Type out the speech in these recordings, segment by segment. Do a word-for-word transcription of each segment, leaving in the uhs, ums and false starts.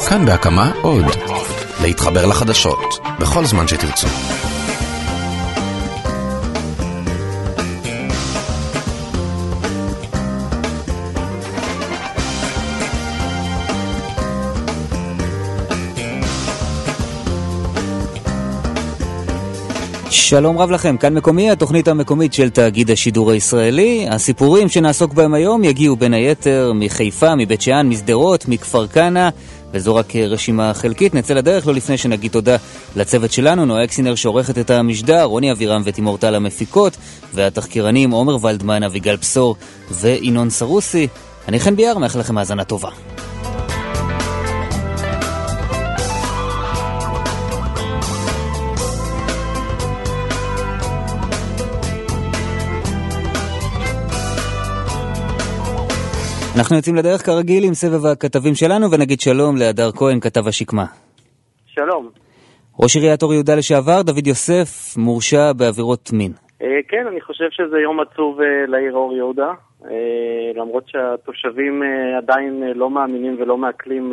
כאן בהקמה עוד. להתחבר לחדשות, בכל זמן שתרצו. שלום רב לכם, כאן מקומי, התוכנית המקומית של תאגיד השידור הישראלי. הסיפורים שנעסוק בהם היום יגיעו בין היתר מחיפה, מבית שאן, משדרות, מכפר כנא, וזו רק רשימה חלקית. נצא לדרך לא לפני שנגיד תודה לצוות שלנו, נועה אקסינר שעורכת את המשדר, רוני אבירם ותימור טל המפיקות, והתחקירנים עומר ולדמן, אביגל פסור ואינון סרוסי. אני חן ביאר, מאחל לכם האזנה טובה. אנחנו יוצאים לדרך כרגיל עם סבב הכתבים שלנו, ונגיד שלום להדר כהן, כתב השקמה. שלום. ראש עיריית אור יהודה לשעבר, דוד יוסף, מורשע בעבירות מין. כן, אני חושב שזה יום עצוב לעיר אור יהודה, למרות שהתושבים עדיין לא מאמינים ולא מעכלים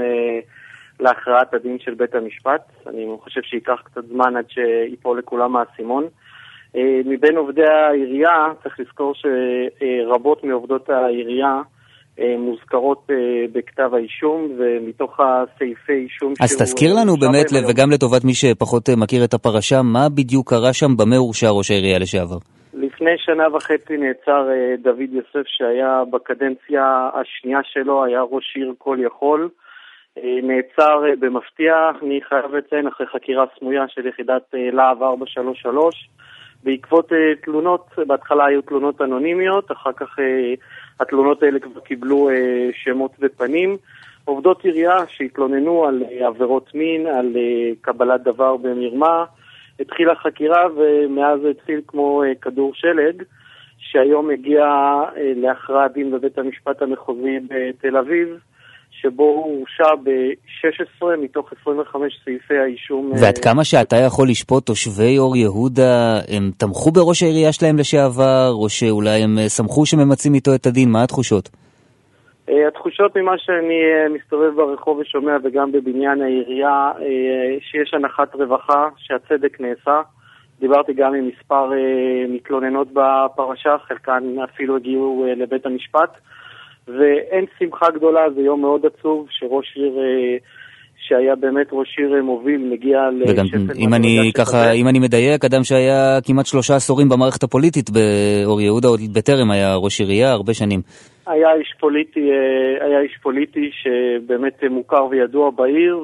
להכרעת הדין של בית המשפט. אני חושב שיקח קצת זמן עד שיפול לכולם האסימון. מבין עובדי העירייה, צריך לזכור שרבות מעובדות העירייה מוזכרות בכתב האישום, ומתוך הסעיפי אישום... אז תזכיר לנו באמת, וגם לטובת מי שפחות מכיר את הפרשה, מה בדיוק קרה שם, במה הורשע ראש העירייה לשעבר? לפני שנה וחצי נעצר דוד יוסף, שהיה בקדנציה השנייה שלו, היה ראש עיר כל יכול, נעצר במפתיע, אני חייב לציין, אחרי חקירה סמויה של יחידת להב ארבע שלוש שלוש, בעקבות תלונות, בהתחלה היו תלונות אנונימיות, אחר כך התלונות האלה כבר קיבלו שמות ופנים. עובדות עירייה שהתלוננו על עבירות מין, על קבלת דבר במרמה, התחילה חקירה ומאז התחיל כמו כדור שלג, שהיום הגיע להכרעת דין בבית המשפט המחוזי בתל אביב, שבו הוא הורשע ב-שש עשרה מתוך עשרים וחמש סעיפי האישום. ועד כמה שאתה יכול לשפוט, תושבי אור יהודה, הם תמכו בראש העירייה שלהם לשעבר, או שאולי הם שמחו שממצים איתו את הדין? מה התחושות? התחושות ממה שאני מסתובב ברחוב ושומע, וגם בבניין העירייה, שיש הנחת רווחה, שהצדק נעשה. דיברתי גם עם מספר מתלוננות בפרשה, חלקן אפילו הגיעו לבית המשפט. ואין שמחה גדולה, זה יום מאוד עצוב שראש עיר שהיה באמת ראש עיר מוביל מגיע וגם אם אני ככה, אם אני מדייק, אדם שהיה כמעט שלושה עשורים במערכת הפוליטית באור יהודה, עוד בטרם היה ראש עירייה הרבה שנים. היה איש פוליטי, היה איש פוליטי שבאמת מוכר וידוע בעיר,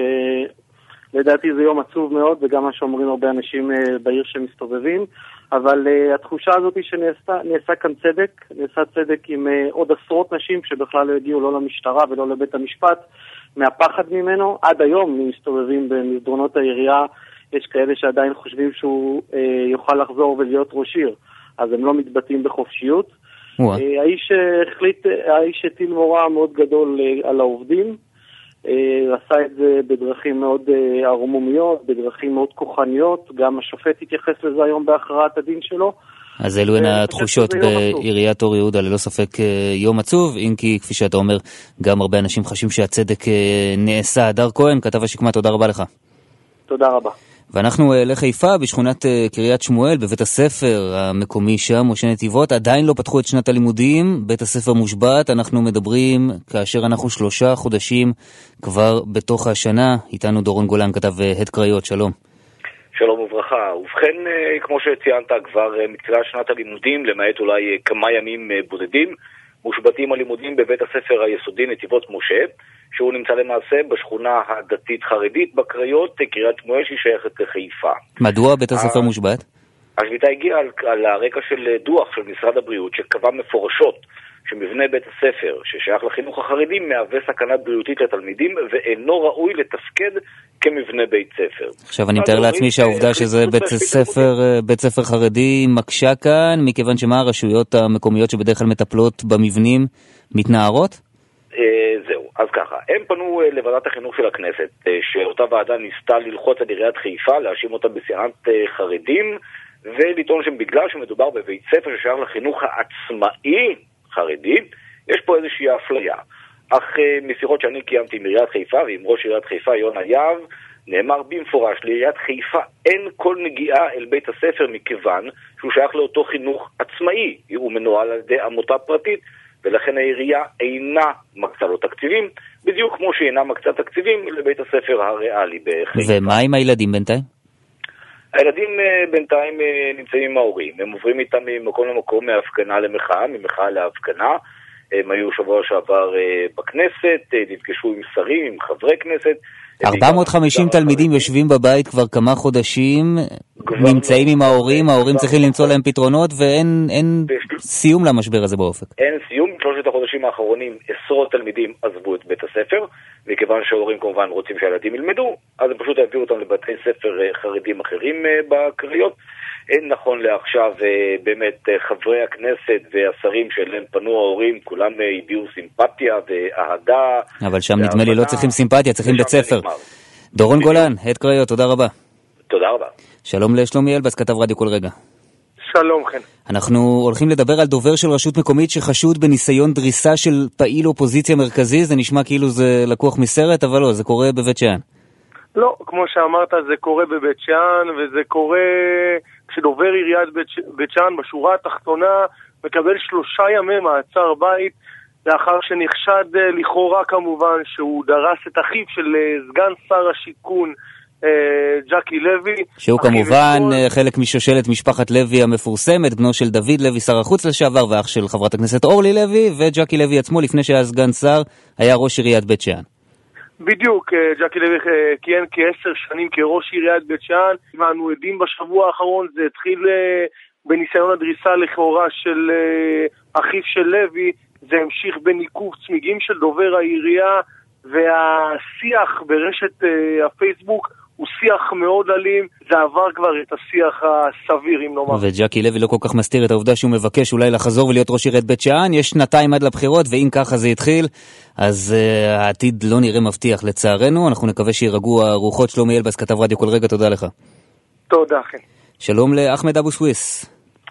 ולדעתי זה יום עצוב מאוד, וגם מה שאומרים הרבה אנשים בעיר שמסתובבים. אבל uh, התחושה הזאת היא שנעשה כאן צדק, נעשה צדק עם uh, עוד עשרות נשים שבכלל לא הגיעו לא למשטרה ולא לבית המשפט, מהפחד ממנו. עד היום מסתובבים במסדרונות העירייה, יש כאלה שעדיין חושבים שהוא uh, יוכל לחזור ולהיות ראש עיר, אז הם לא מתבטאים בחופשיות. Uh, האיש החליט, האיש הטיל מורא מאוד גדול uh, על העובדים, עשה את זה בדרכים מאוד ערמומיות, בדרכים מאוד כוחניות, גם השופט התייחס לזה היום בהכרעת הדין שלו. אז אלו הן התחושות בעיריית אור יהודה, ללא ספק יום עצוב, אם כי כפי שאתה אומר, גם הרבה אנשים חשים שהצדק נעשה. הדר כהן, כתב השקמה, תודה רבה לך. תודה רבה. ואנחנו לחיפה, בשכונת קריית שמואל, בבית הספר המקומי שם, משה נתיבות, עדיין לא פתחו את שנת הלימודים, בית הספר מושבת, אנחנו מדברים כאשר אנחנו שלושה חודשים כבר בתוך השנה. איתנו דורון גולן, כתב הד קריות, שלום. שלום וברכה. ובכן, כמו שציינת, כבר מתחילת שנת הלימודים, למעט אולי כמה ימים בודדים, מושבתים הלימודים בבית הספר היסודי נתיבות משה, שהוא נמצא למעשה בשכונה הדתית חרדית בקריות, קריית שמואל שהיא שייכת לחיפה. מדוע בית הספר מושבת? השביתה הגיעה על, על הרקע של דוח של משרד הבריאות שקבע מפורשות שמבנה בית הספר ששייך לחינוך החרדי מהווה סכנה בריאותית לתלמידים ואינו ראוי לתפקד כמבנה בית ספר. עכשיו אני מתאר לעצמי שהעובדה שזה בית ספר, בית ספר חרדי מקשה כאן, מכיוון שמה הרשויות המקומיות שבדרך כלל מטפלות במבנים מתנערות? זהו, אז ככה, הם פנו לוועדת החינוך של הכנסת, שאותה ועדה ניסתה ללחוץ על עיריית חיפה, להאשים אותה בשנאת חרדים, ולטעון שבגלל שמדובר בבית ספר ששייך לחינוך העצמאי חרדי, יש פה איזושהי אפליה. אך משיחות שאני קיימתי עם עיריית חיפה ועם ראש עיריית חיפה יונה יהב, נאמר במפורש, לעיריית חיפה אין כל נגיעה אל בית הספר מכיוון שהוא שייך לאותו חינוך עצמאי, הוא מנוהל על ידי עמותה פרטית, ולכן העירייה אינה מקצה לו תקציבים, בדיוק כמו שאינה מקצה תקציבים לבית הספר הריאלי בחיפה. ומה עם הילדים בינתיים? הילדים בינתיים נמצאים עם ההורים, הם עוברים איתם ממקום למקום, מהפגנה למחאה, ממחאה להפגנה, הם היו שבוע שעבר בכנסת, נפגשו עם שרים, עם חברי כנסת. ארבע מאות וחמישים תלמידים יושבים בבית כבר כמה חודשים, נמצאים עם ההורים, ההורים צריכים למצוא להם פתרונות, ואין סיום למשבר הזה באופק. אין סיום, שלושת החודשים האחרונים עשרות תלמידים עזבו את בית הספר, מכיוון שההורים כמובן רוצים שהילדים ילמדו, אז הם פשוט העבירו אותם לבתי ספר חרדים אחרים בקריות. אין נכון לעכשיו באמת חברי הכנסת והשרים שאליהם פנו ההורים, כולם הביעו סימפתיה ואהדה. אבל שם נדמה לי לא צריכים סימפתיה, צריכים בית ספר. דורון גולן, הד קריות, תודה רבה. תודה רבה. שלום לשלומי אלבס, כתב רדיו כל רגע. שלום, כן. אנחנו הולכים לדבר על דובר של רשות מקומית שחשוד בניסיון דריסה של פעיל אופוזיציה מרכזי, זה נשמע כאילו זה לקוח מסרט, אבל לא, זה קורה בבית שאן. לא, כמו שאמרת, זה קורה בבית שאן, וזה קורה כשדובר עיריית בית שאן בשורה התחתונה מקבל שלושה ימי מעצר בית, לאחר שנחשד לכאורה כמובן שהוא דרס את אחיו של סגן שר השיכון, ג'קי לוי, שהוא כמובן חלק משושלת משפחת לוי המפורסמת, בנו של דוד לוי שר החוץ לשעבר ואח של חברת הכנסת אורלי לוי, וג'קי לוי עצמו לפני שהיה סגן שר היה ראש עיריית בית שאן. בדיוק, ג'קי לוי כיהן כעשר שנים כראש עיריית בית שאן, ואנו עדים בשבוע האחרון, זה התחיל בניסיון הדריסה לכאורה של אחיו של לוי, זה המשיך בניקוב צמיגים של דובר העירייה, והשיח ברשת הפייסבוק הוא שיח מאוד אלים, זה עבר כבר את השיח הסביר, אם נאמר. וג'קי לוי לא כל כך מסתיר את העובדה שהוא מבקש אולי לחזור ולהיות ראש עיריית בית שאן, יש שנתיים עד לבחירות, ואם ככה זה התחיל, אז uh, העתיד לא נראה מבטיח לצערנו, אנחנו נקווה שירגעו הרוחות. שלומי אלבס, כתב רדיו כל רגע, תודה לך. תודה, כן. שלום לאחמד אבו סוויס.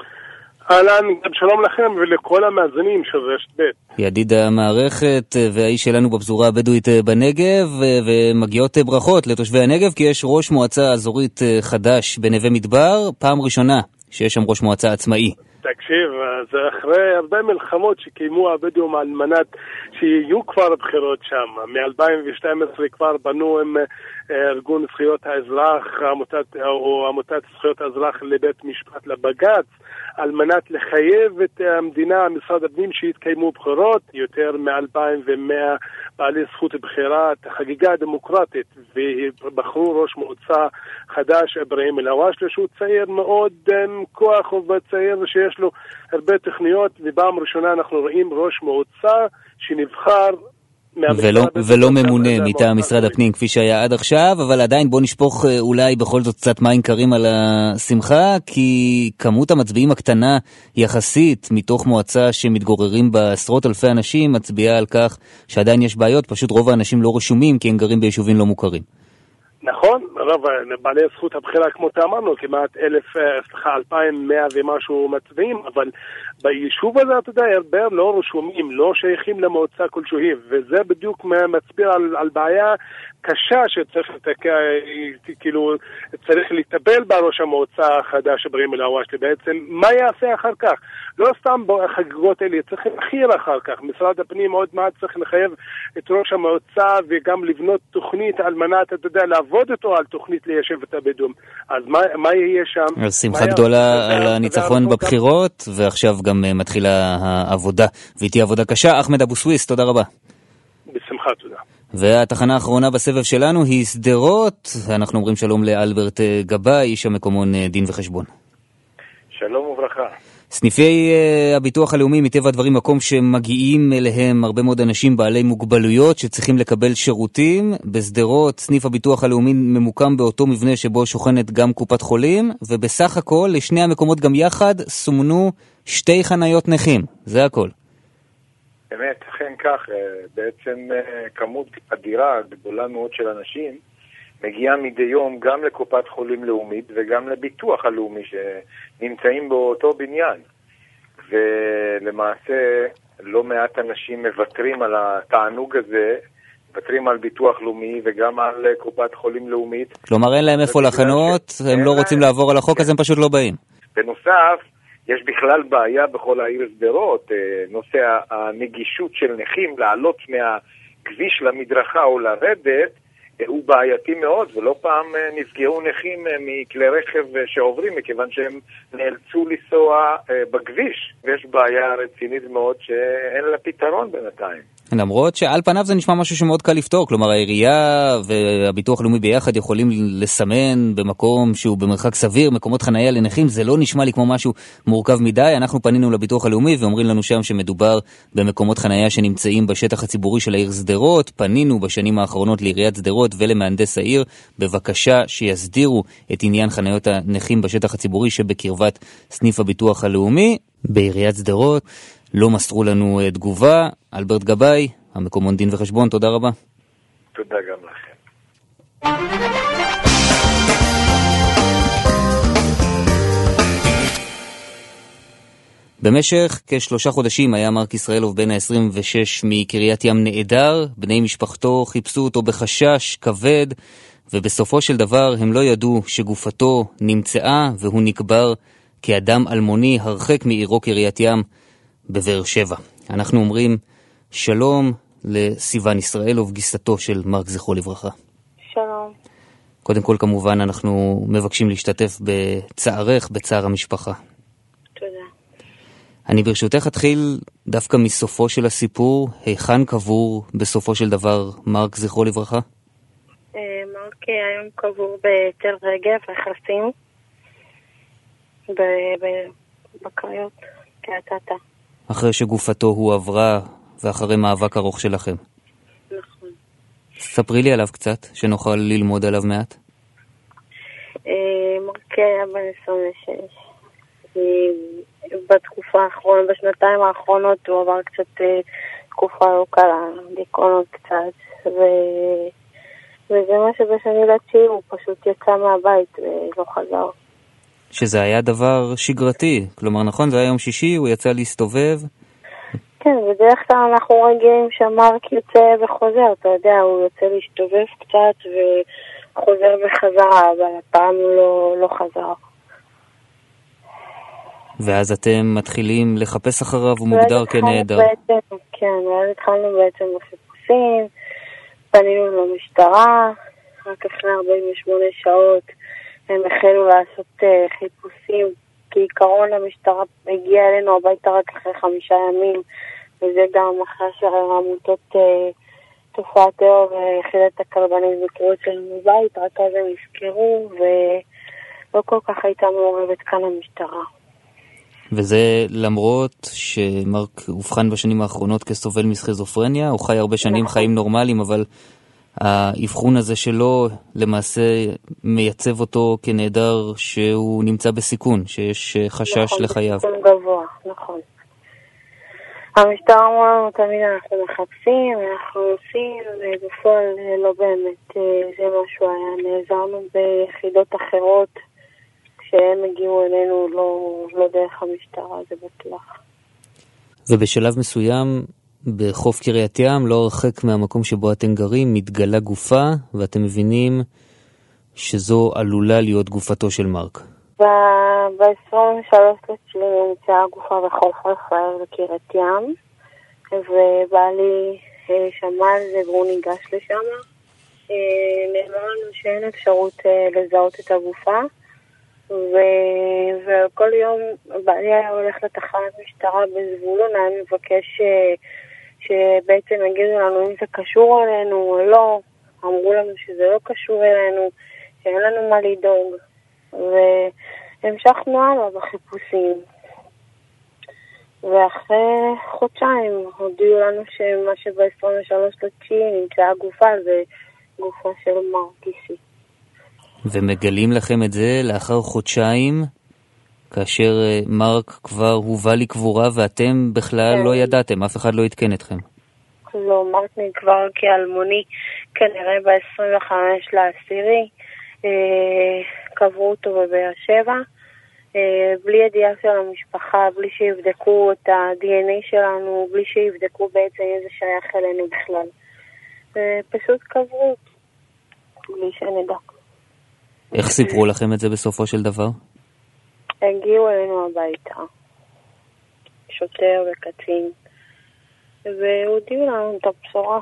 אהלן, שלום לכם ולכל המאזינים של רשת ב'. ידיד המערכת והאיש שלנו בפזורה הבדואית בנגב, ומגיעות ברכות לתושבי הנגב, כי יש ראש מועצה אזורית חדש בנווה מדבר, פעם ראשונה שיש שם ראש מועצה עצמאי. תקשיב, זה אחרי הרבה מלחמות שקיימו הבדואים על מנת שיהיו כבר בחירות שם. מ-אלפיים ושתים עשרה כבר בנו עם ארגון זכויות האזרח, עמותת, או עמותת זכויות האזרח לבית משפט לבג"ץ, על מנת לחייב את המדינה, משרד הפנים, שיתקיימו בחירות, יותר מ-אלפיים ומאה בעלי זכות בחירה, חגיגה דמוקרטית, ובחרו ראש מועצה חדש, אברהים אל-הוואשלה, שהוא צעיר מאוד כוח ובצעיר שיש לו הרבה תכניות, ובפעם ראשונה אנחנו רואים ראש מועצה שנבחר ולא, ולא ממונה מטעם משרד הפנים כפי שהיה עד עכשיו, אבל עדיין בוא נשפוך אולי בכל זאת קצת מים קרים על השמחה, כי כמות המצביעים הקטנה יחסית מתוך מועצה שמתגוררים בעשרות אלפי אנשים מצביעה על כך שעדיין יש בעיות, פשוט רוב האנשים לא רשומים כי הם גרים ביישובים לא מוכרים. נכון, רב, בעלי זכות הבחירה כמו שאמרנו, כמעט אלף, סליחה, אלפיים מאה ומשהו מצביעים, אבל ביישוב הזה, אתה יודע, הרבה לא רשומים, לא שייכים למועצה כלשהי, וזה בדיוק מצביע על, על בעיה קשה שצריך כאילו, צריך לטפל בראש המועצה החדש אברהים אל-הוואשלה. בעצם, מה יעשה אחר כך? לא סתם בחגיגות האלה, צריך להכיר אחר כך. משרד הפנים עוד מעט צריך לחייב את ראש המועצה וגם לבנות תוכנית על מנת, אתה יודע, לעבוד אותו על תוכנית ליישב את הבדואים. אז מה, מה יהיה שם? אז שמחה גדולה על הניצחון בבחירות, ועכשיו גם מתחילה העבודה, והיא תהיה עבודה קשה. אחמד אבו סוויס, תודה רבה. בשמחה, תודה. והתחנה האחרונה בסבב שלנו היא סדרות. אנחנו אומרים שלום לאלברט גבאי, איש המקומון דין וחשבון. שלום וברכה. סניפי uh, הביטוח הלאומי מטבע הדברים מקום שמגיעים אליהם הרבה מאוד אנשים בעלי מוגבלויות שצריכים לקבל שירותים. בסדרות סניף הביטוח הלאומי ממוקם באותו מבנה שבו שוכנת גם קופת חולים, ובסך הכל לשני המקומות גם יחד סומנו שתי חניות נכים. זה הכל. באמת, אכן כך, בעצם כמות אדירה גדולה מאוד של אנשים מגיעה מדי יום גם לקופת חולים לאומית וגם לביטוח הלאומי שנמצאים באותו בניין. ולמעשה לא מעט אנשים מוותרים על התענוג הזה, מוותרים על ביטוח לאומי וגם על קופת חולים לאומית. כלומר אין להם איפה לחנות, הם לא רוצים לעבור על החוק, אז הם פשוט לא באים. בנוסף, יש בכלל בעיה בכל העיר שדרות, נושא הנגישות של נכים לעלות מהכביש למדרכה או לרדת, הוא בעייתי מאוד, ולא פעם נפגעו נכים מכלי רכב שעוברים, מכיוון שהם נאלצו לנסוע בכביש, ויש בעיה רצינית מאוד שאין לה פתרון בינתיים. למרות שעל פניו זה נשמע משהו שמאוד קל לפתור, כלומר העירייה והביטוח לאומי ביחד יכולים לסמן במקום שהוא במרחק סביר, מקומות חנייה לנכים, זה לא נשמע לי כמו משהו מורכב מדי. אנחנו פנינו לביטוח הלאומי ואומרים לנו שם שמדובר במקומות חנייה שנמצאים בשטח הציבורי של העיר שדרות. פנינו בשנים האחרונות לעיריית שדרות ולמהנדס העיר, בבקשה שיסדירו את עניין חניות הנכים בשטח הציבורי שבקרבת סניף הביטוח הלאומי. בעיריית שדרות לא מסרו לנו תגובה. אלברט גבאי, המקומון דין וחשבון, תודה רבה. תודה גם לכם. במשך כשלושה חודשים היה מרק ישראלוב בן ה-עשרים ושש מקריית ים נעדר. בני משפחתו חיפשו אותו בחשש כבד, ובסופו של דבר הם לא ידעו שגופתו נמצאה, והוא נקבר כאדם אלמוני הרחק מעירו קריית ים בבאר שבע. אנחנו אומרים שלום לסיוון ישראלוב, גיסתו של מרק זכרו לברכה. שלום. קודם כל כמובן אנחנו מבקשים להשתתף בצערך, בצער המשפחה. תודה. אני ברשותך אתחיל דווקא מסופו של הסיפור. היכן קבור בסופו של דבר מרק זכרו לברכה? מרק היום קבור בתל רגב, רכסים, בקריות, כעתתה. אחרי שגופתו הועברה ואחרי מאבק ארוך שלכם. נכון. ספרי לי עליו קצת, שנוכל ללמוד עליו מעט. מרק היה בן עשרים ושש. בתקופה האחרונה, בשנתיים האחרונות הוא עבר קצת תקופה ארוכה לדיכאונות קצת, ו... וזה מה שבשני לתשיעי הוא פשוט יצא מהבית ולא חזר. שזה היה דבר שגרתי, כלומר נכון, זה היה יום שישי, הוא יצא להסתובב. כן, בדרך כלל אנחנו רגילים שמרק יוצא וחוזר, אתה יודע, הוא יוצא להסתובב קצת וחוזר בחזרה, אבל הפעם הוא לא, לא חזר. ואז אתם מתחילים לחפש אחריו, הוא מוגדר כנעדר. בעצם, כן, ואז התחלנו בעצם בחיפושים, פנינו למשטרה, רק אחרי ארבעים ושמונה שעות הם החלו לעשות uh, חיפושים, כי עיקרון המשטרה הגיעה אלינו הביתה רק אחרי חמישה ימים, וזה גם אחרי שהעמותות uh, תופעת טרור ויחידת הכלבנים ביקרו אצלנו בבית, רק אז הם נזכרו, ולא כל כך הייתה מעורבת כאן המשטרה. וזה למרות שמרק הובחן בשנים האחרונות כסובל מסכיזופרניה, הוא חי הרבה שנים חיים נורמליים, אבל האבחון הזה שלו למעשה מייצב אותו כנעדר שהוא נמצא בסיכון, שיש חשש נכון, לחייו. בסיכון גבוה, נכון. המשטרה אמרה לנו תמיד אנחנו מחפשים, אנחנו עושים, ובפועל לא באמת זה משהו היה. נעזרנו ביחידות אחרות, כשהם הגיעו אלינו לא, לא דרך המשטרה, זה בטוח. ובשלב מסוים בחוף קריית ים, לא הרחק מהמקום שבו אתם גרים, מתגלה גופה, ואתם מבינים שזו עלולה להיות גופתו של מרק. ב-עשרים ושלוש לתשיעי נמצאה גופה בחוף רפאל בקריית ים, ובעלי שמע על זה והוא ניגש לשם. נאמר לנו שאין אפשרות לזהות את הגופה, ו- וכל יום בעלי היה הולך לתחנת משטרה בזבולון, היה מבקש ש- שבעצם יגידו לנו אם זה קשור אלינו או לא. אמרו לנו שזה לא קשור אלינו, שאין לנו מה לדאוג, והמשכנו הלאה בחיפושים. ואחרי חודשיים הודיעו לנו שמה שב-עשרים ושלוש לתשיעי נמצאה גופה, זה גופה של מרק אישי. ומגלים לכם את זה לאחר חודשיים, כאשר מרק כבר הובא לקבורה ואתם בכלל לא ידעתם, אף אחד לא התקן אתכם. לא, מרק נקבר כאלמוני כנראה ב-עשרים וחמישה לעשירי, קברו אותו בבאר שבע, בלי ידיעה של המשפחה, בלי שיבדקו את ה-די אן איי שלנו, בלי שיבדקו בעצם איזה שייך אלינו בכלל. פשוט קברו, בלי שנדע. איך סיפרו לכם את זה בסופו של דבר? הגיעו אלינו הביתה, שוטר וקצין, והודיעו לנו את הבשורה.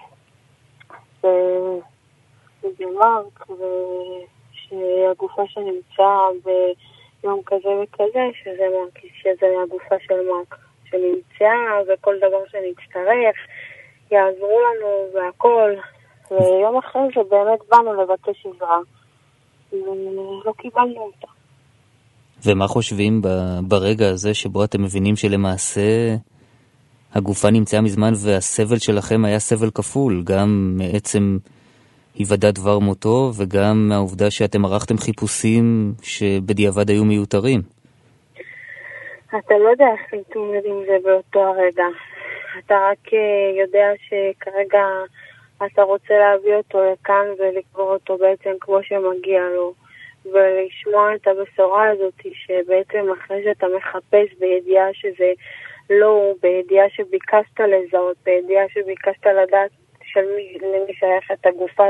וזה מרק, ושהגופה שנמצא ביום כזה וכזה, שזה מרק, שזה הגופה של מרק שנמצא, וכל דבר שנצטרך, יעזרו לנו והכל. ויום אחרי זה באמת באנו לבקש עזרה, ולא קיבלנו אותה. ומה חושבים ברגע הזה שבו אתם מבינים שלמעשה הגופה נמצאה מזמן והסבל שלכם היה סבל כפול, גם מעצם היוודע דבר מותו וגם מהעובדה שאתם ערכתם חיפושים שבדיעבד היו מיותרים? אתה לא יודע איך להתמודד עם זה באותו הרגע. אתה רק יודע שכרגע אתה רוצה להביא אותו לכאן ולקבור אותו בעצם כמו שמגיע לו. ולשמוע את הבשורה הזאת שבעצם אחרי שאתה מחפש בידיעה שזה לא הוא, בידיעה שביקשת לזהות, בידיעה שביקשת לדעת של מי, למי שייך את הגופה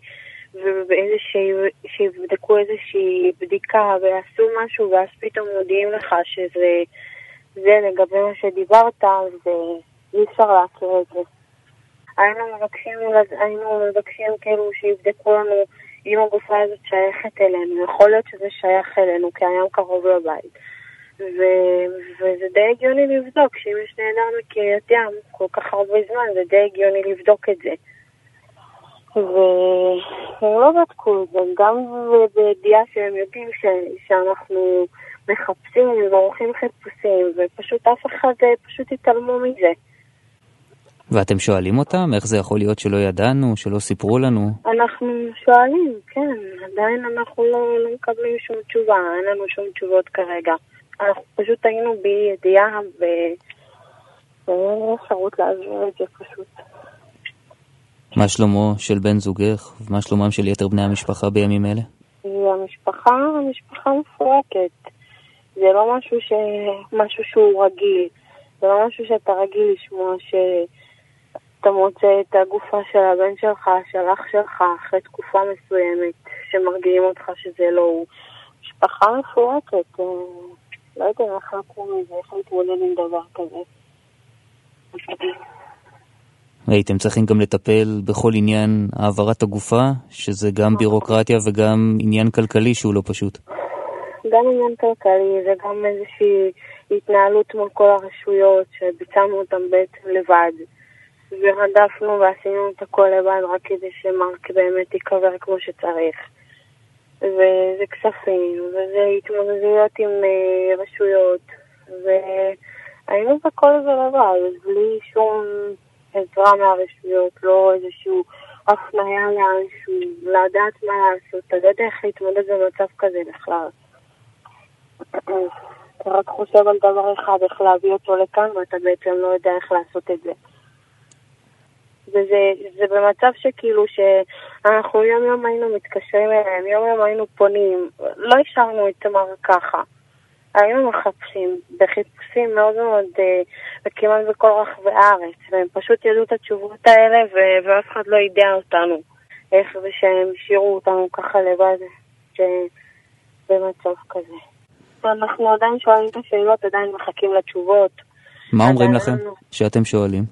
ושיבדקו איזושהי בדיקה ויעשו משהו ואז פתאום מודיעים לך שזה זה לגבי מה שדיברת, אז אי אפשר להכיר את זה. היינו מבקשים, היינו מבקשים כאילו שיבדקו לנו אם הגופה הזאת שייכת אלינו. יכול להיות שזה שייך אלינו, כי הים קרוב לבית. ו- וזה די הגיוני לבדוק, שאם יש נהדר מקריית ים כל כך הרבה זמן, זה די הגיוני לבדוק את זה. והם לא בדקו את זה, גם בידיעה שהם יודעים ש- שאנחנו מחפשים ועורכים חיפושים, ופשוט אף אחד פשוט התעלמו מזה. ואתם שואלים אותם? איך זה יכול להיות שלא ידענו, שלא סיפרו לנו? אנחנו שואלים, כן. עדיין אנחנו לא, לא מקבלים שום תשובה, אין לנו שום תשובות כרגע. אנחנו פשוט היינו בידיעה ואין אפשרות להעביר את זה פשוט. מה שלומו של בן זוגך? ומה שלומם של יתר בני המשפחה בימים אלה? המשפחה, המשפחה מפורקת. זה לא משהו, ש... משהו שהוא רגיל. זה לא משהו שאתה רגיל לשמוע ש... אתה מוצא את הגופה של הבן שלך, של אח שלך, אחרי תקופה מסוימת, שמרגיעים אותך שזה לא הוא. משפחה מפורקת, לא יודע איך לקרוא מזה, איך להתמודד עם דבר כזה. והייתם צריכים גם לטפל בכל עניין העברת הגופה, שזה גם בירוקרטיה וגם עניין כלכלי שהוא לא פשוט. גם עניין כלכלי, וגם איזושהי התנהלות מול כל הרשויות, שביצענו אותם בעצם לבד. ורדפנו ועשינו את הכל לבד רק כדי שמרק באמת יקבר כמו שצריך. וזה כספים, וזה התמודדויות עם uh, רשויות, והיינו בכל זה לבד, בלי שום עזרה מהרשויות, לא איזשהו הפניה לאנשהו, לדעת מה לעשות, אתה יודע איך להתמודד במצב כזה בכלל. אתה רק חושב על דבר אחד, איך להביא אותו לכאן, ואתה בעצם לא יודע איך לעשות את זה. וזה זה במצב שכאילו שאנחנו יום יום היינו מתקשרים אליהם, יום יום היינו פונים, לא השארנו את תמר ככה. היינו מחפשים בחיפושים מאוד מאוד, וכמעט בכל רחבי הארץ, והם פשוט ידעו את התשובות האלה, ו- ואף אחד לא ידע אותנו. איך זה שהם השאירו אותנו ככה לבד, במצב כזה. אנחנו עדיין שואלים את השאלות, עדיין מחכים לתשובות. מה אומרים לכם שאתם שואלים?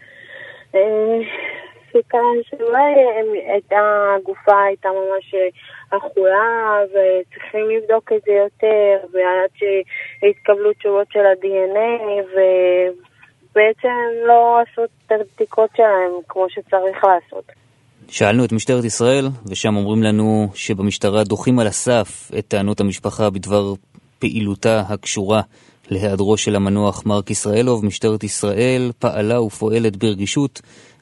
שכאן שאולי הגופה הייתה ממש אחולה וצריכים לבדוק את זה יותר ועד שהתקבלו תשובות של ה-די אן איי ובעצם לא עשו את הבדיקות שלהם כמו שצריך לעשות. שאלנו את משטרת ישראל ושם אומרים לנו שבמשטרה דוחים על הסף את טענות המשפחה בדבר פעילותה הקשורה להיעדרו של המנוח מרק ישראלוב. משטרת ישראל פעלה ופועלת ברגישות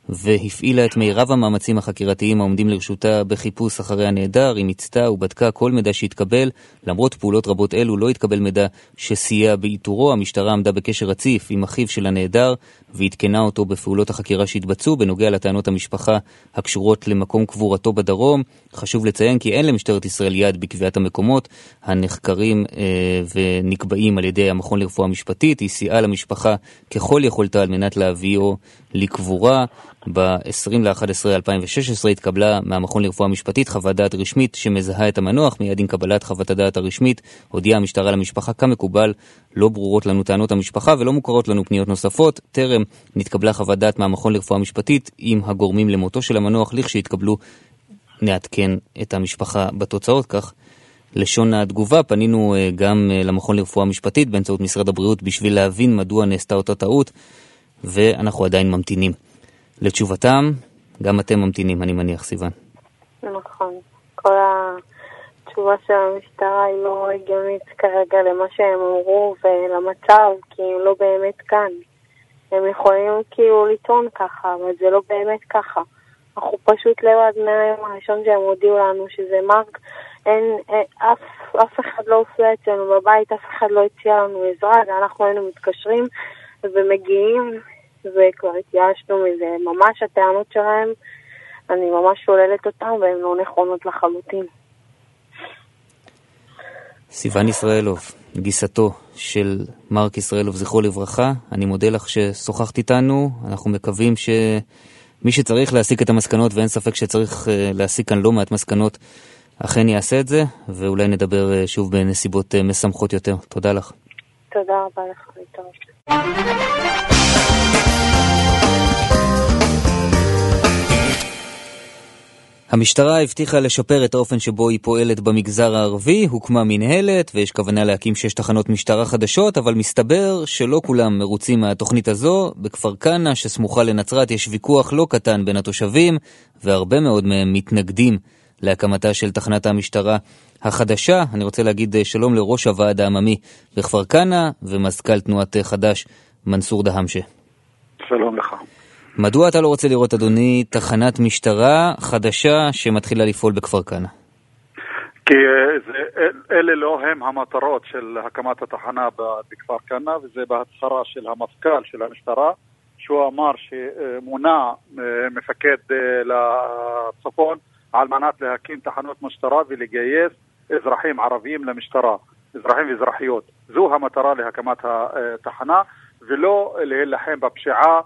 והפעילה את מירב המאמצים החקירתיים העומדים לרשותה בחיפוש אחרי הנעדר. היא מיצתה ובדקה כל מידע שהתקבל. למרות פעולות רבות אלו לא התקבל מידע שסייע באיתורו. המשטרה עמדה בקשר רציף עם אחיו של הנעדר והתקנה אותו בפעולות החקירה שהתבצעו. בנוגע לטענות המשפחה הקשורות למקום קבורתו בדרום, חשוב לציין כי אין למשטרת ישראל יד בקביעת המקומות הנחקרים אה, ונקבעים על ידי המכון לרפואה משפטית. היא סייעה למשפחה ככל יכולתה על מנת להביאו לקבורה. ב-עשרים לאחד עשרה אלפיים ושש עשרה התקבלה מהמכון לרפואה משפטית חוות דעת רשמית שמזהה את המנוח. מיד עם קבלת חוות הדעת הרשמית הודיעה המשטרה למשפחה כמקובל. לא ברורות לנו טענות המשפחה ולא מוכרות לנו פניות נוספות. טרם נתקבלה חוות דעת מהמכון לרפואה משפטית עם הגורמים למותו של המנוח. לכשהתקבלו נעדכן את המשפחה בתוצאות. כך לשון התגובה. פנינו גם למכון לרפואה משפטית באמצעות משרד הבריאות בשביל להבין מדוע נעשתה אותה טעות, ואנחנו עדיין ממתינים לתשובתם. גם אתם ממתינים, אני מניח, סיוון. נכון. כל התשובה של המשטרה היא לא הגיונית כרגע למה שהם אמרו ולמצב, כי הם לא באמת כאן. הם יכולים כאילו לטעון ככה, אבל זה לא באמת ככה. אנחנו פשוט לבד מהיום הראשון שהם הודיעו לנו שזה מרק. אין, אין, אף, אף אחד לא הופיע אצלנו בבית, אף אחד לא הציע לנו עזרה, אנחנו היינו מתקשרים ומגיעים, וכבר התייאשנו מזה. ממש הטענות שלהם, אני ממש שוללת אותם, והן לא נכונות לחלוטין. סיוון ישראלוב, גיסתו של מרק ישראלוב, זכרו לברכה, אני מודה לך ששוחחת איתנו. אנחנו מקווים שמי שצריך להסיק את המסקנות, ואין ספק שצריך להסיק כאן לא מעט מסקנות, אכן יעשה את זה, ואולי נדבר שוב בנסיבות משמחות יותר. תודה לך. תודה רבה לך, להתראות. המשטרה הבטיחה לשפר את האופן שבו היא פועלת במגזר הערבי. הוקמה מנהלת ויש כוונה להקים שש תחנות משטרה חדשות, אבל מסתבר שלא כולם מרוצים מהתוכנית הזו. בכפר כנא שסמוכה לנצרת יש ויכוח לא קטן בין התושבים, והרבה מאוד מהם מתנגדים להקמתה של תחנת המשטרה החדשה. אני רוצה להגיד שלום לראש הוועד העממי בכפר כנא ומזכ"ל תנועת חדש מנסור דהמשה. שלום לך. מדוע אתה לא רוצה לראות, אדוני, תחנת משטרה חדשה שמתחילה לפעול בכפר כנא? כי זה, אלה לא הם המטרות של הקמת התחנה בכפר כנא, וזה בהצהרה של המפכ"ל של המשטרה, שהוא אמר שמונה מפקד לצפון על מנת להקים תחנות משטרה ולגייס אזרחים ערביים למשטרה, אזרחים ואזרחיות. זו המטרה להקמת התחנה, ולא להילחם בפשיעה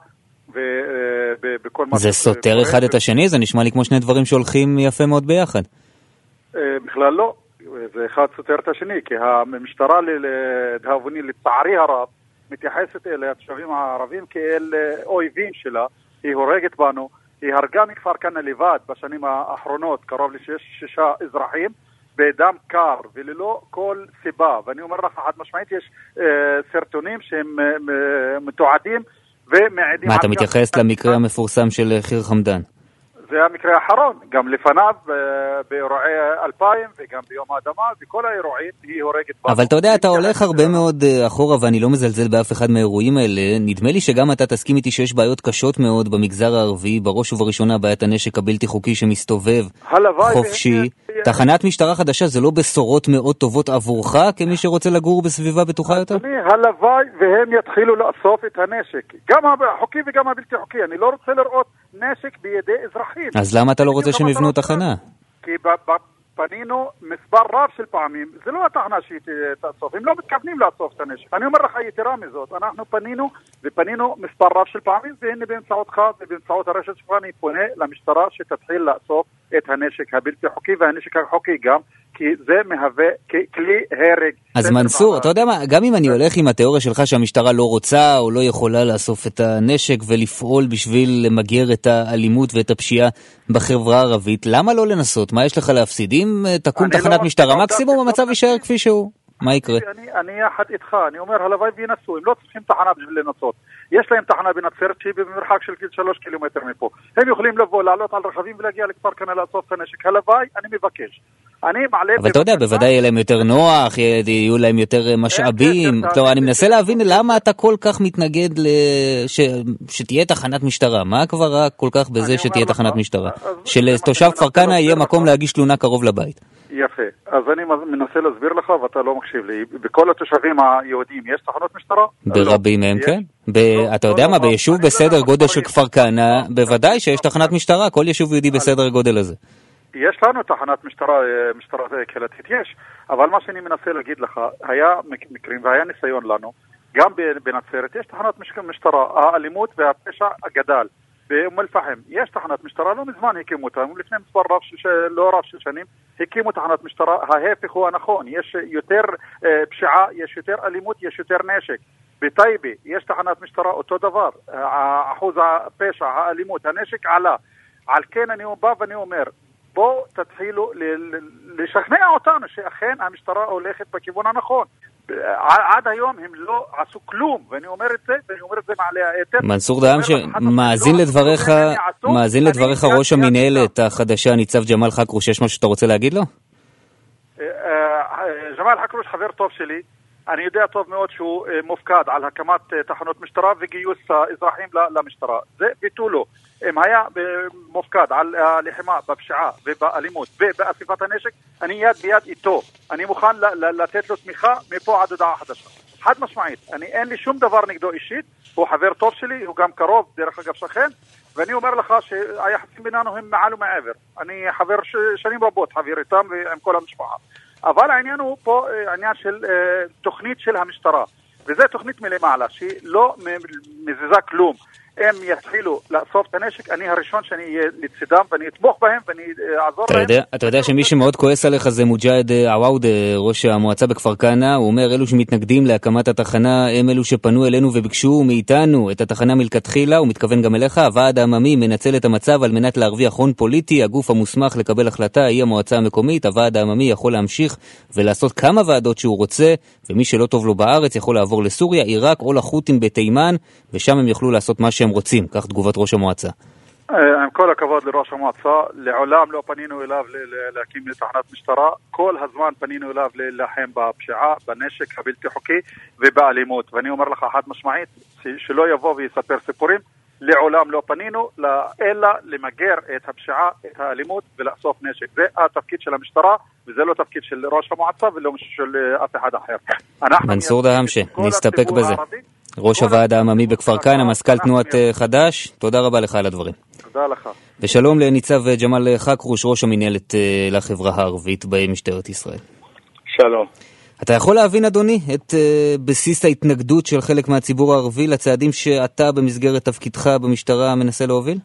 ובכל מה... זה סותר אחד את השני? זה נשמע לי כמו שני דברים שהולכים יפה מאוד ביחד. בכלל לא. זה אחד סותר את השני, כי המשטרה לדאבוני, לצערי הרב, מתייחסת אל התושבים הערבים כאל אויבים שלה. היא הורגת בנו. היא הרגה מכפר כנא לבד בשנים האחרונות קרוב לשישה אזרחים בדם קר וללא כל סיבה. ואני אומר לך, חד משמעית, יש אה, סרטונים שהם אה, מתועדים ומעדים... מה, אתה מתייחס למקרה המפורסם של חיר חמדן? זה המקרה האחרון, גם לפניו באירועי אלפיים וגם ביום האדמה, בכל האירועים היא הורגת... אבל אתה יודע, אתה הולך הרבה מאוד אחורה ואני לא מזלזל באף אחד מהאירועים האלה. נדמה לי שגם אתה תסכים איתי שיש בעיות קשות מאוד במגזר הערבי, בראש ובראשונה בעיית הנשק הבלתי חוקי שמסתובב חופשי. תחנת משטרה חדשה זה לא בשורות מאוד טובות עבורך כמי שרוצה לגור בסביבה בטוחה יותר? הלוואי והם יתחילו לאסוף את הנשק, גם החוקי וגם הבלתי חוקי. אני לא רוצה לראות נשק בידי אזרחים. אז למה אתה לא רוצה שהם יבנו תחנה? כי פנינו מספר רב של פעמים, זה לא התחנה שהיא תאסוף, הם לא מתכוונים לאסוף את הנשק. אני אומר לך יתרה מזאת, אנחנו פנינו ופנינו מספר רב של פעמים, והנה באמצעותך ובאמצעות הרשת שלך אני פונה למשטרה שתתחיל לאסוף את הנשק הבלתי חוקי והנשק החוקי גם, כי זה מהווה כלי הרג. אז מנסור, אתה יודע מה, גם אם אני הולך עם התיאוריה שלך שהמשטרה לא רוצה או לא יכולה לאסוף את הנשק ולפעול בשביל למגר את האלימות ואת הפשיעה בחברה הערבית, למה לא לנסות? מה יש לך להפסיד? אם תקום תחנת משטרה, מקסימום המצב יישאר כפי שהוא. מה יקרה? אני יחד איתך, אני אומר הלוואי וינסו, הם לא צריכים תחנה בשביל לנסות. יש להם תחנה בנצרת שהיא במרחק של שלוש קילומטר מפה. הם יכולים לבוא, לעלות על רכבים ולהגיע לכפר כנא לאסוף את הנשק. הלוואי, אני מבקש. אני מעלה... אבל אתה יודע, בוודאי יהיה להם יותר נוח, יהיו להם יותר משאבים. כלומר, אני מנסה להבין למה אתה כל כך מתנגד שתהיה תחנת משטרה. מה כבר רע כל כך בזה שתהיה תחנת משטרה? שלתושב כפר כנא יהיה מקום להגיש תלונה קרוב לבית. יפה. אז אני מנסה להסביר לך ואתה לא מקשיב לי. בכל התושבים היהודים יש תחנות משטרה? ברבים מהם, כן. אתה יודע מה, ביישוב בסדר גודל של כפר כנא, בוודאי שיש תחנת משטרה, כל יישוב יהודי בסדר גודל הזה. יש לנו תחנת משטרה, משטרה קהילתית, יש, אבל מה שאני מנסה להגיד לך, היה מקרים והיה ניסיון לנו, גם בנצרת יש תחנת משטרה, האלימות והפשע הגדל, באום אל-פחם יש תחנת משטרה, לא מזמן הקימו אותה, לפני מספר רב, לא רב של שנים, הקימו תחנת משטרה, ההפך הוא הנכון, יש יותר פשיעה, יש יותר אלימות, יש יותר נשק. בטייבה יש תחנת משטרה, אותו דבר, אחוז הפשע, האלימות, הנשק עלה. על כן אני בא ואני אומר, בואו תתחילו לשכנע אותנו שאכן המשטרה הולכת בכיוון הנכון. עד היום הם לא עשו כלום, ואני אומר את זה, ואני אומר את זה מעלה היתר. מנסור דהאמשה, מאזין לדבריך, מאזין לדבריך ראש המנהלת החדשה, ניצב ג'מאל חכרוש, יש משהו שאתה רוצה להגיד לו? ג'מאל חכרוש חבר טוב שלי, אני יודע טוב מאוד שהוא מופקד על הקמת תחנות משטרה וגיוס האזרחים למשטרה. זה ביטו לו. אם היה מופקד על הלחימה בפשיעה ובאלימות ובאסיפת הנשק, אני יד ביד איתו. אני מוכן לתת לו תמיכה מפה עד הודעה חדשה. חד משמעית. אני אין לי שום דבר נגדו אישית. הוא חבר טוב שלי, הוא גם קרוב, דרך אגב שכן. ואני אומר לך שהיחסים בינינו הם מעל ומעבר. אני חבר שנים רבות, חבר איתם ועם כל המשפחה. אבל העניין הוא פה עניין של תוכנית של המשטרה, וזה תוכנית מלמעלה שהיא לא מזיזה כלום. הם יתחילו לאסוף את הנשק, אני הראשון שאני אהיה לצדם ואני אתמוך בהם ואני אעזור להם. אתה יודע שמי שמאוד כועס עליך זה מוג'אד עוואוד, ראש המועצה בכפר כנא. הוא אומר, אלו שמתנגדים להקמת התחנה הם אלו שפנו אלינו וביקשו מאיתנו את התחנה מלכתחילה. הוא מתכוון גם אליך. הוועד העממי מנצל את המצב על מנת להרוויח הון פוליטי. הגוף המוסמך לקבל החלטה היא המועצה המקומית. הוועד העממי יכול להמשיך ולעשות כמה ועדות שהוא רוצה, ומי שלא טוב לו בארץ יכול לעבור לסוריה, עיראק או לחות'ים בתימן, ושם הם יוכלו לעשות מה שהם רוצים. כך תגובת ראש המועצה. עם כל הכבוד לראש המועצה, לעולם לא פנינו אליו להקים תחנת משטרה, כל הזמן פנינו אליו להילחם בפשיעה, בנשק הבלתי חוקי ובאלימות, ואני אומר לך חד משמעית שלא יבוא ויספר סיפורים, לעולם לא פנינו, אלא למגר את הפשיעה, את האלימות ולאסוף נשק. זה התפקיד של המשטרה, וזה לא תפקיד של ראש המועצה ולא של אף אחד אחר. מנסור דהאמשה, נסתפק בזה. ראש הוועד העממי בכפר כנא, מזכ"ל תנועת חד"ש, תודה רבה לך על הדברים. תודה לך. ושלום לניצב ג'מאל חכרוש, ראש המנהלת לחברה הערבית במשטרת ישראל. שלום. אתה יכול להבין, אדוני, את uh, בסיס ההתנגדות של חלק מהציבור הערבי לצעדים שאתה במסגרת תפקידך במשטרה מנסה להוביל?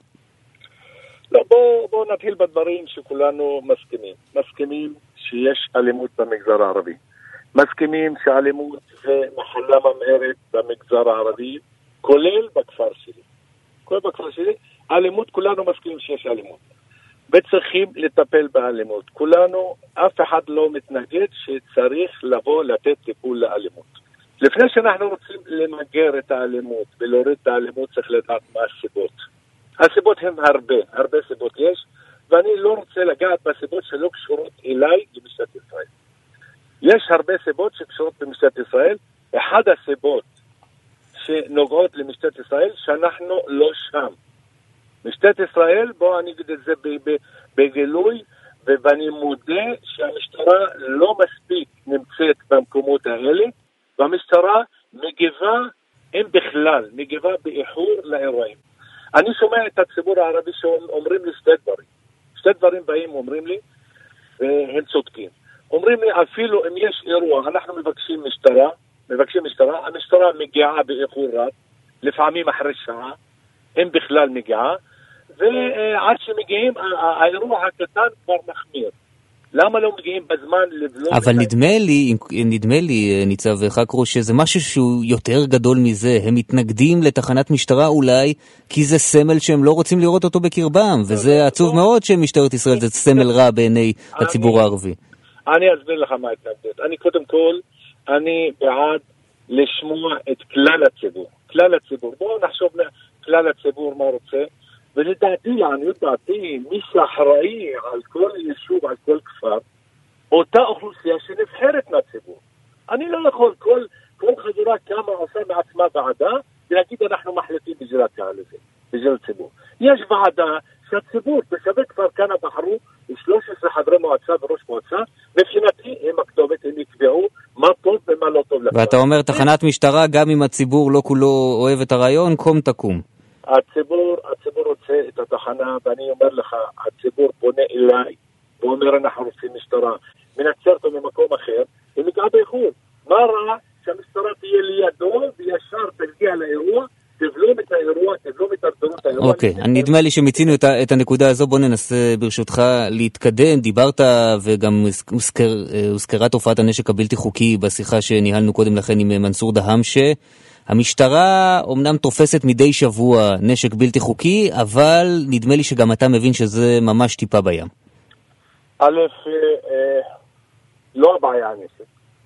לא, בוא, בוא נתחיל בדברים שכולנו מסכימים. מסכימים שיש אלימות במגזר הערבי. מסכימים שאלימות זה מחלה ממהרת במגזר הערבי, כולל בכפר שלי. כולל בכפר שלי, אלימות, כולנו מסכימים שיש אלימות. וצריכים לטפל באלימות. כולנו, אף אחד לא מתנגד שצריך לבוא לתת טיפול לאלימות. לפני שאנחנו רוצים למגר את האלימות ולהוריד את האלימות, צריך לדעת מה הסיבות. הסיבות הן הרבה, הרבה סיבות יש, ואני לא רוצה לגעת בסיבות שלא קשורות אליי למשטרת ישראל. יש הרבה סיבות שקשורות במשטרת ישראל. אחד הסיבות שנוגעות למשטרת ישראל, שאנחנו לא שם. משטרת ישראל, בואו אני אגיד את זה בגילוי, ואני מודה שהמשטרה לא מספיק נמצאת במקומות האלה, והמשטרה מגיבה, אם בכלל, מגיבה באיחור לאירועים. אני שומע את הציבור הערבי שאומרים לי שתי דברים. שתי דברים באים אומרים לי, והם צודקים. אומרים לי, אפילו אם יש אירוע, אנחנו מבקשים משטרה, מבקשים משטרה, המשטרה מגיעה באיחור רב, לפעמים אחרי שעה, אם בכלל מגיעה, ועד שמגיעים, האירוע הקטן כבר מחמיר. למה לא מגיעים בזמן לבלום? אבל נדמה לי, נדמה לי, ניצב חכרוש, שזה משהו שהוא יותר גדול מזה. הם מתנגדים לתחנת משטרה אולי, כי זה סמל שהם לא רוצים לראות אותו בקרבם, וזה עצוב מאוד שמשטרת ישראל זה סמל רע בעיני הציבור הערבי. אני אסביר לך מה התנגדות. אני קודם כל, אני בעד לשמוע את כלל הציבור. כלל הציבור. בואו נחשוב כלל הציבור מה רוצה. ולדעתי, לעניות דעתי, מי שאחראי על כל יישוב, על כל כפר, ועדה שהציבור, תושבי כפר כנא בחרו שלוש עשרה חברי מועצה וראש מועצה, מבחינתי הם הכתובת, הם יקבעו מה טוב ומה לא טוב. ואתה אומר תחנת משטרה, גם אם הציבור לא כולו אוהב את הרעיון, קום תקום. הציבור, הציבור רוצה את התחנה, ואני אומר לך, הציבור פונה אליי, הוא אומר אנחנו רוצים משטרה, מנצר אותו ממקום אחר, הם יקעה באיחור. מה רע שהמשטרה תהיה לידו וישר תגיע לאירוע, תבלום את האירוע, תבלום את הרדונות האירוע. אוקיי, נדמה לי שמיצינו את, את הנקודה הזו, בוא ננסה ברשותך להתקדם. דיברת וגם הוזכר, הוזכרה תופעת הנשק הבלתי חוקי בשיחה שניהלנו קודם לכן עם מנסור דהמשה. המשטרה אומנם תופסת מדי שבוע נשק בלתי חוקי, אבל נדמה לי שגם אתה מבין שזה ממש טיפה בים. א', אה, לא הבעיה הנשק.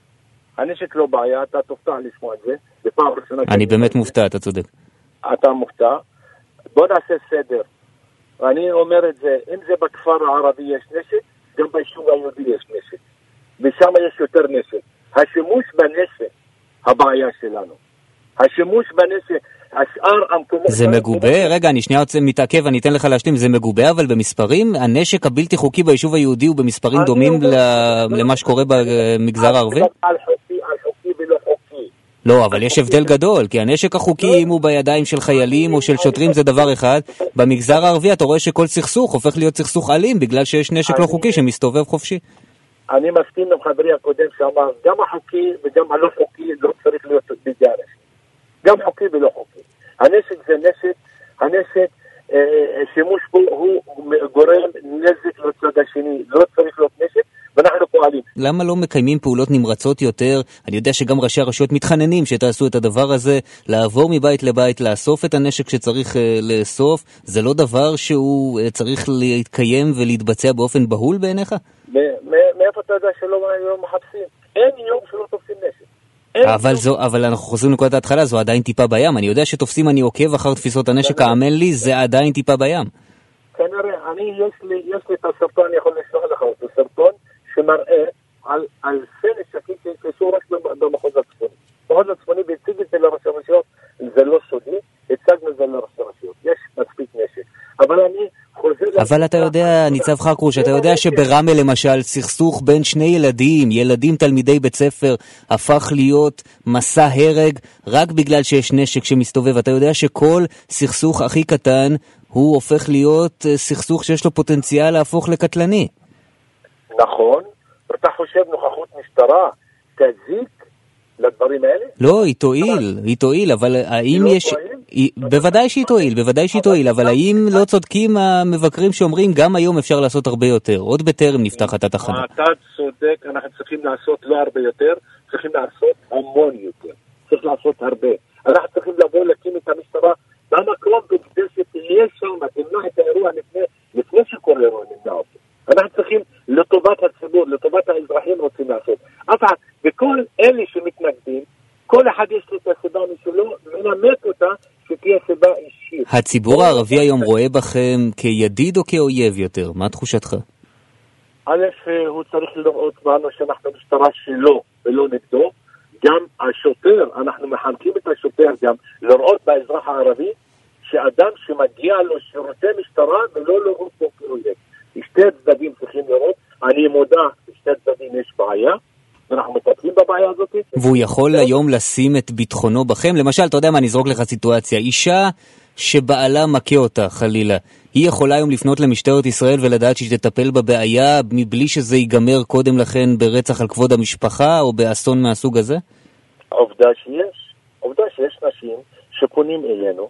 הנשק לא בעיה, אתה תופתע לשמוע את זה. בפעם ראשונה... אני באמת מופתע, אתה צודק. אתה מופתע. בוא נעשה סדר. אני אומר את זה, אם זה בכפר הערבי יש נשק, גם ביישוב היהודי יש נשק. ושם יש יותר נשק. השימוש בנשק, הבעיה שלנו. השימוש בנשק, השאר המקומות... זה מגובה? רגע, אני שנייה רוצה מתעכב, אני אתן לך להשלים. זה מגובה, אבל במספרים, הנשק הבלתי חוקי ביישוב היהודי הוא במספרים דומים למה שקורה במגזר הערבי? על חוקי, על חוקי ולא חוקי. לא, אבל יש הבדל גדול, כי הנשק החוקי, אם הוא בידיים של חיילים או של שוטרים, זה דבר אחד. במגזר הערבי אתה רואה שכל סכסוך הופך להיות סכסוך אלים, בגלל שיש נשק לא חוקי שמסתובב חופשי. אני מסכים עם חברי הקודם שאמר, גם החוקי וגם הלא חוקי לא צריך להיות בידי אנשים. גם חוקי ולא חוקי. הנשק זה נשק, הנשק, אה, שימוש בו הוא גורם נזק לצד השני, לא צריך להיות נשק, ואנחנו פועלים. למה לא מקיימים פעולות נמרצות יותר? אני יודע שגם ראשי הרשויות מתחננים שתעשו את הדבר הזה, לעבור מבית לבית, לאסוף את הנשק שצריך אה, לאסוף. זה לא דבר שהוא אה, צריך להתקיים ולהתבצע באופן בהול בעיניך? מאיפה אתה יודע שלא מחפשים? אין יום שלא תופסים נשק. אבל זו, אבל אנחנו חוזרים לנקודת ההתחלה, זו עדיין טיפה בים. אני יודע שתופסים, אני עוקב אחר תפיסות הנשק, האמן לי, זה עדיין טיפה בים. כנראה, אני, יש לי, יש לי את הסרטון, אני יכול לשלוח לך אותו, סרטון שמראה על, על זה נשקים שקשור רק במחוז הצפוני. במחוז הצפוני, והציג את זה לראשי הרשויות, זה לא סודי, הצגנו את זה לראשי הרשויות. יש מספיק נשק. אבל אני חוזר... אבל אתה יודע, ניצב חכרוש, אתה יודע שברמלה למשל, סכסוך בין שני ילדים, ילדים תלמידי בית ספר, הפך להיות מסע הרג רק בגלל שיש נשק שמסתובב. אתה יודע שכל סכסוך הכי קטן הוא הופך להיות סכסוך שיש לו פוטנציאל להפוך לקטלני. נכון, ואתה חושב נוכחות משטרה תזיק לדברים האלה? לא, היא תועיל, היא תועיל, אבל האם יש... בוודאי שהיא תועיל, בוודאי שהיא תועיל, אבל האם לא צודקים המבקרים שאומרים גם היום אפשר לעשות הרבה יותר, עוד בטרם נפתחת התחנה? אתה צודק, אנחנו צריכים לעשות לא הרבה יותר, צריכים לעשות המון יותר, צריך לעשות הרבה. אנחנו צריכים לבוא להקים את המשטרה במקום כדי שתהיה שם, תמנע את האירוע לפני שכל אירוע נמנע אותו. אנחנו צריכים לטובת הציבור, לטובת האזרחים רוצים לעשות. אבל וכל אלה שמתנגדים, כל אחד יש לו את הסיבה משלו, מנמק אותה שתהיה סיבה אישית. הציבור הערבי היום רואה בכם כידיד או כאויב יותר? מה תחושתך? א', הוא צריך לראות בנו שאנחנו משטרה שלו ולא נגדו. גם השוטר, אנחנו מחנכים את השוטר גם לראות באזרח הערבי שאדם שמגיע לו שירותי משטרה ולא לראות בו כאויב. שתי צדדים צריכים לראות, אני מודע, שתי צדדים יש בעיה, ואנחנו מטפלים בבעיה הזאת. והוא יכול היום לשים את ביטחונו בכם? למשל, אתה יודע מה, נזרוק לך סיטואציה, אישה שבעלה מכה אותה, חלילה, היא יכולה היום לפנות למשטרת ישראל ולדעת שהיא תטפל בבעיה מבלי שזה ייגמר קודם לכן ברצח על כבוד המשפחה או באסון מהסוג הזה? עובדה שיש, עובדה שיש נשים שפונים אלינו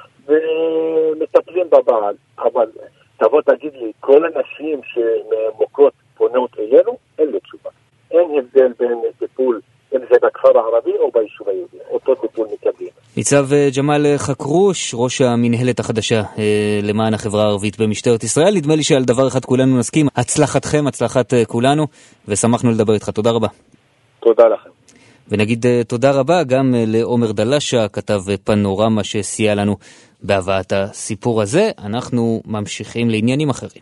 ומטפלים בבעל, אבל תבוא תגיד לי, כל הנשים שמוקות פונות אלינו, אין לי תשובה. אין הבדל בין טיפול, אם זה בכפר הערבי או ביישוב היהודי. אותו טיפול מקבלים. ניצב ג'מאל חכרוש, ראש המנהלת החדשה למען החברה הערבית במשטרת ישראל. נדמה לי שעל דבר אחד כולנו נסכים. הצלחתכם, הצלחת כולנו, ושמחנו לדבר איתך. תודה רבה. תודה לכם. ונגיד תודה רבה גם לעומר דלשה, כתב פנורמה שסייע לנו בהבאת הסיפור הזה. אנחנו ממשיכים לעניינים אחרים.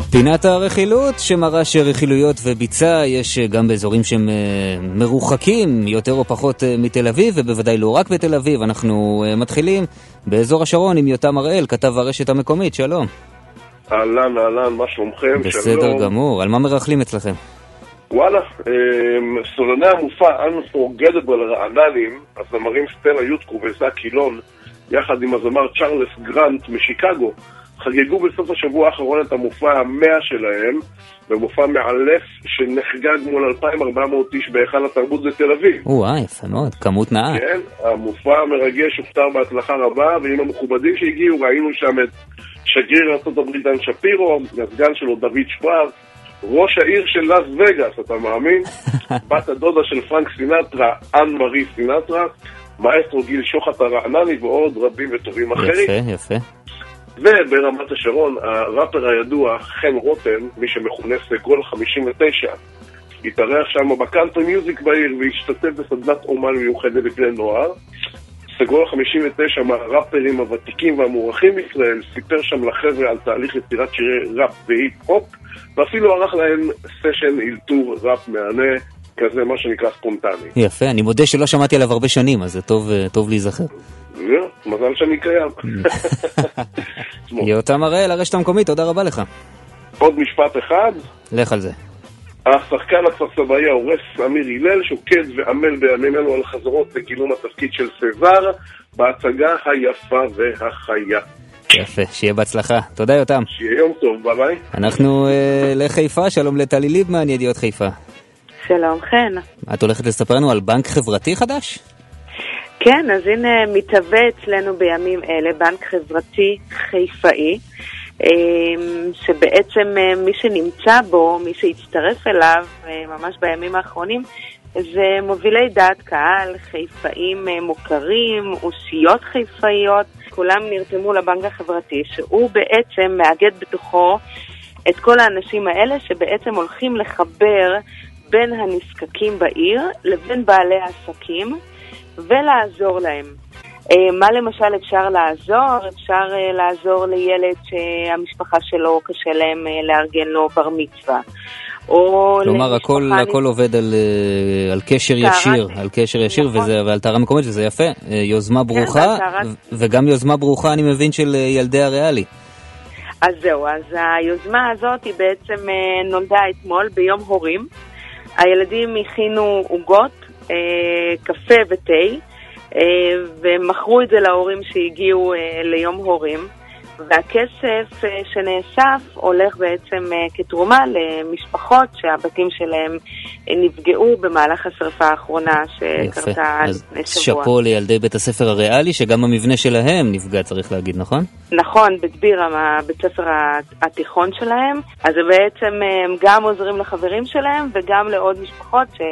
פינת הרכילות שמראה שרכילויות וביצה יש גם באזורים שהם מרוחקים יותר או פחות מתל אביב, ובוודאי לא רק בתל אביב. אנחנו מתחילים באזור השרון עם יותם הראל, כתב הרשת המקומית. שלום. אהלן, אהלן, מה שלומכם? בסדר שלום. גמור. על מה מרכלים אצלכם? וואלה, סולני המופע Unforgettable רעננים, הזמרים סטלה יודקו וזק אילון, יחד עם הזמר צ'ארלס גרנט משיקגו, חגגו בסוף השבוע האחרון את המופע המאה שלהם, במופע מעלף שנחגג מול אלפיים וארבע מאות איש בהיכל התרבות בתל אביב. וואי, יפה מאוד, כמות נאה. כן, המופע המרגש הוכתר בהצלחה רבה, ועם המכובדים שהגיעו ראינו שם את שגריר ארצות הברית דן שפירו, הסגן שלו דוד שוורץ, ראש העיר של לאס וגאס, אתה מאמין? בת הדודה של פרנק סינטרה, אן מארי סינטרה, מאסטרו גיל שוחט הרענני ועוד רבים וטובים אחרים. יפה, יפה. וברמת השרון, הראפר הידוע חן רותם, מי שמכונה סגול חמישים ותשע, התארח שם בקאנטרי מיוזיק בעיר והשתתף בסדנת אומן מיוחדת לבני נוער. סגול חמישים ותשע מהראפרים הוותיקים והמוערכים בישראל סיפר שם לחבר'ה על תהליך יצירת שירי ראפ והיפ-הופ, ואפילו ערך להם סשן אילתור ראפ מענה, כזה מה שנקרא ספונטני. יפה, אני מודה שלא שמעתי עליו הרבה שנים, אז זה טוב, טוב להיזכר. מזל שאני קיים. יותם הראל, הרשת המקומית, תודה רבה לך. עוד משפט אחד. לך על זה. השחקן הכפר סבאי ההורס אמיר הלל שוקד ועמל בימים אלו על חזרות לגילום התפקיד של סזר בהצגה היפה והחיה. יפה, שיהיה בהצלחה. תודה יותם. שיהיה יום טוב, ביי ביי. אנחנו uh, לחיפה, שלום לטלי ליבמן, ידיעות חיפה. שלום חן. את הולכת לספר לנו על בנק חברתי חדש? כן, אז הנה מתהווה אצלנו בימים אלה בנק חברתי חיפאי, שבעצם מי שנמצא בו, מי שהצטרף אליו ממש בימים האחרונים, זה מובילי דעת קהל, חיפאים מוכרים, אושיות חיפאיות, כולם נרתמו לבנק החברתי, שהוא בעצם מאגד בתוכו את כל האנשים האלה שבעצם הולכים לחבר בין הנזקקים בעיר לבין בעלי העסקים ולעזור להם. מה למשל אפשר לעזור? אפשר לעזור לילד שהמשפחה שלו קשה להם לארגן לו בר מצווה. כלומר, הכל, הכל עובד על, על קשר ישיר, על קשר ישיר וזה, ועל תארה מקומית, וזה יפה. יוזמה ברוכה, וגם יוזמה ברוכה, אני מבין, של ילדי הריאלי. אז זהו, אז היוזמה הזאת היא בעצם נולדה אתמול ביום הורים. הילדים הכינו עוגות, קפה ותה, ומכרו את זה להורים שהגיעו ליום הורים, והכסף שנאסף הולך בעצם כתרומה למשפחות שהבתים שלהם נפגעו במהלך השרפה האחרונה שקרתה לפני שבוע. שפו לילדי בית הספר הריאלי, שגם המבנה שלהם נפגע, צריך להגיד, נכון? נכון, בדבירה, בית הספר התיכון שלהם, אז בעצם הם גם עוזרים לחברים שלהם וגם לעוד משפחות ש...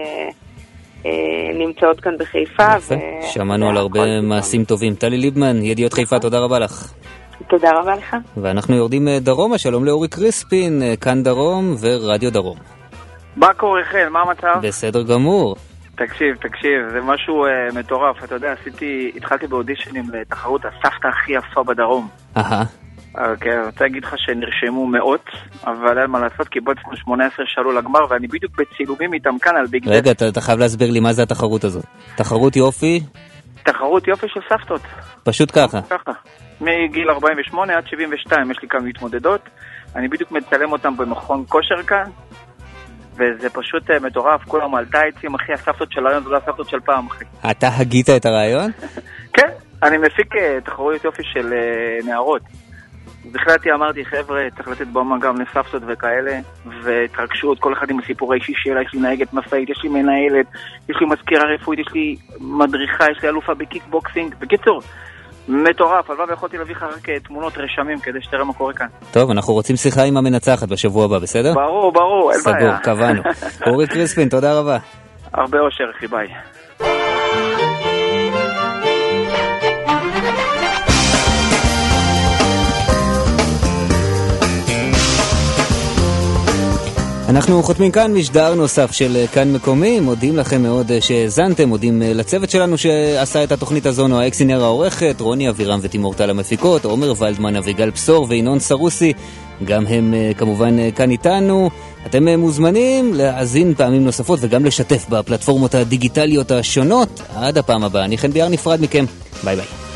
נמצאות כאן בחיפה. שמענו על הרבה מעשים טובים. טלי ליבמן, ידיעות חיפה, תודה רבה לך. תודה רבה לך. ואנחנו יורדים דרומה, שלום לאורי קריספין, כאן דרום ורדיו דרום. מה קורה חן, מה המצב? בסדר גמור. תקשיב, תקשיב, זה משהו uh, מטורף, אתה יודע, עשיתי, התחלתי באודישנים לתחרות הסבתא הכי יפה בדרום. אהה. אוקיי, אני רוצה להגיד לך שנרשמו מאות, אבל אין מה לעשות, כי בעצם שמונה עשרה שעלו לגמר, ואני בדיוק בצילומים איתם כאן על ביג דף. רגע, אתה, אתה חייב להסביר לי מה זה התחרות הזאת. תחרות יופי? תחרות יופי של סבתות. פשוט ככה? ככה. מגיל ארבעים ושמונה עד שבעים ושתיים יש לי כמה מתמודדות, אני בדיוק מצלם אותם במכון כושר כאן, וזה פשוט מטורף, כולם על טייצים, אחי, הסבתות של היום, זה לא הסבתות של פעם, אחי. אתה הגית את הרעיון? כן, אני מפיק תחרויות יופי של נערות. בכללתי אמרתי, חבר'ה, צריך לתת במה גם לסבתות וכאלה, והתרגשו את כל אחד עם הסיפור האישי שלה, יש לי נהגת מפאית, יש לי מנהלת, יש לי מזכירה רפואית, יש לי מדריכה, יש לי אלופה בקיקבוקסינג, בקיצור, מטורף, הלוואי ויכולתי להביא לך רק תמונות רשמים כדי שתראה מה קורה כאן. טוב, אנחנו רוצים שיחה עם המנצחת בשבוע הבא, בסדר? ברור, ברור, אין בעיה. סגור, קבענו. אורי קריספין, תודה רבה. הרבה אושר, אחי, ביי. אנחנו חותמים כאן משדר נוסף של כאן מקומי, מודים לכם מאוד שהזנתם, מודים לצוות שלנו שעשה את התוכנית הזו, נועה אקסינר העורכת, רוני אבירם ותימור טל המפיקות, עומר ולדמן, אביגל פסור וינון סרוסי, גם הם כמובן כאן איתנו. אתם מוזמנים להאזין פעמים נוספות וגם לשתף בפלטפורמות הדיגיטליות השונות. עד הפעם הבאה, אני חן ביאר נפרד מכם, ביי ביי.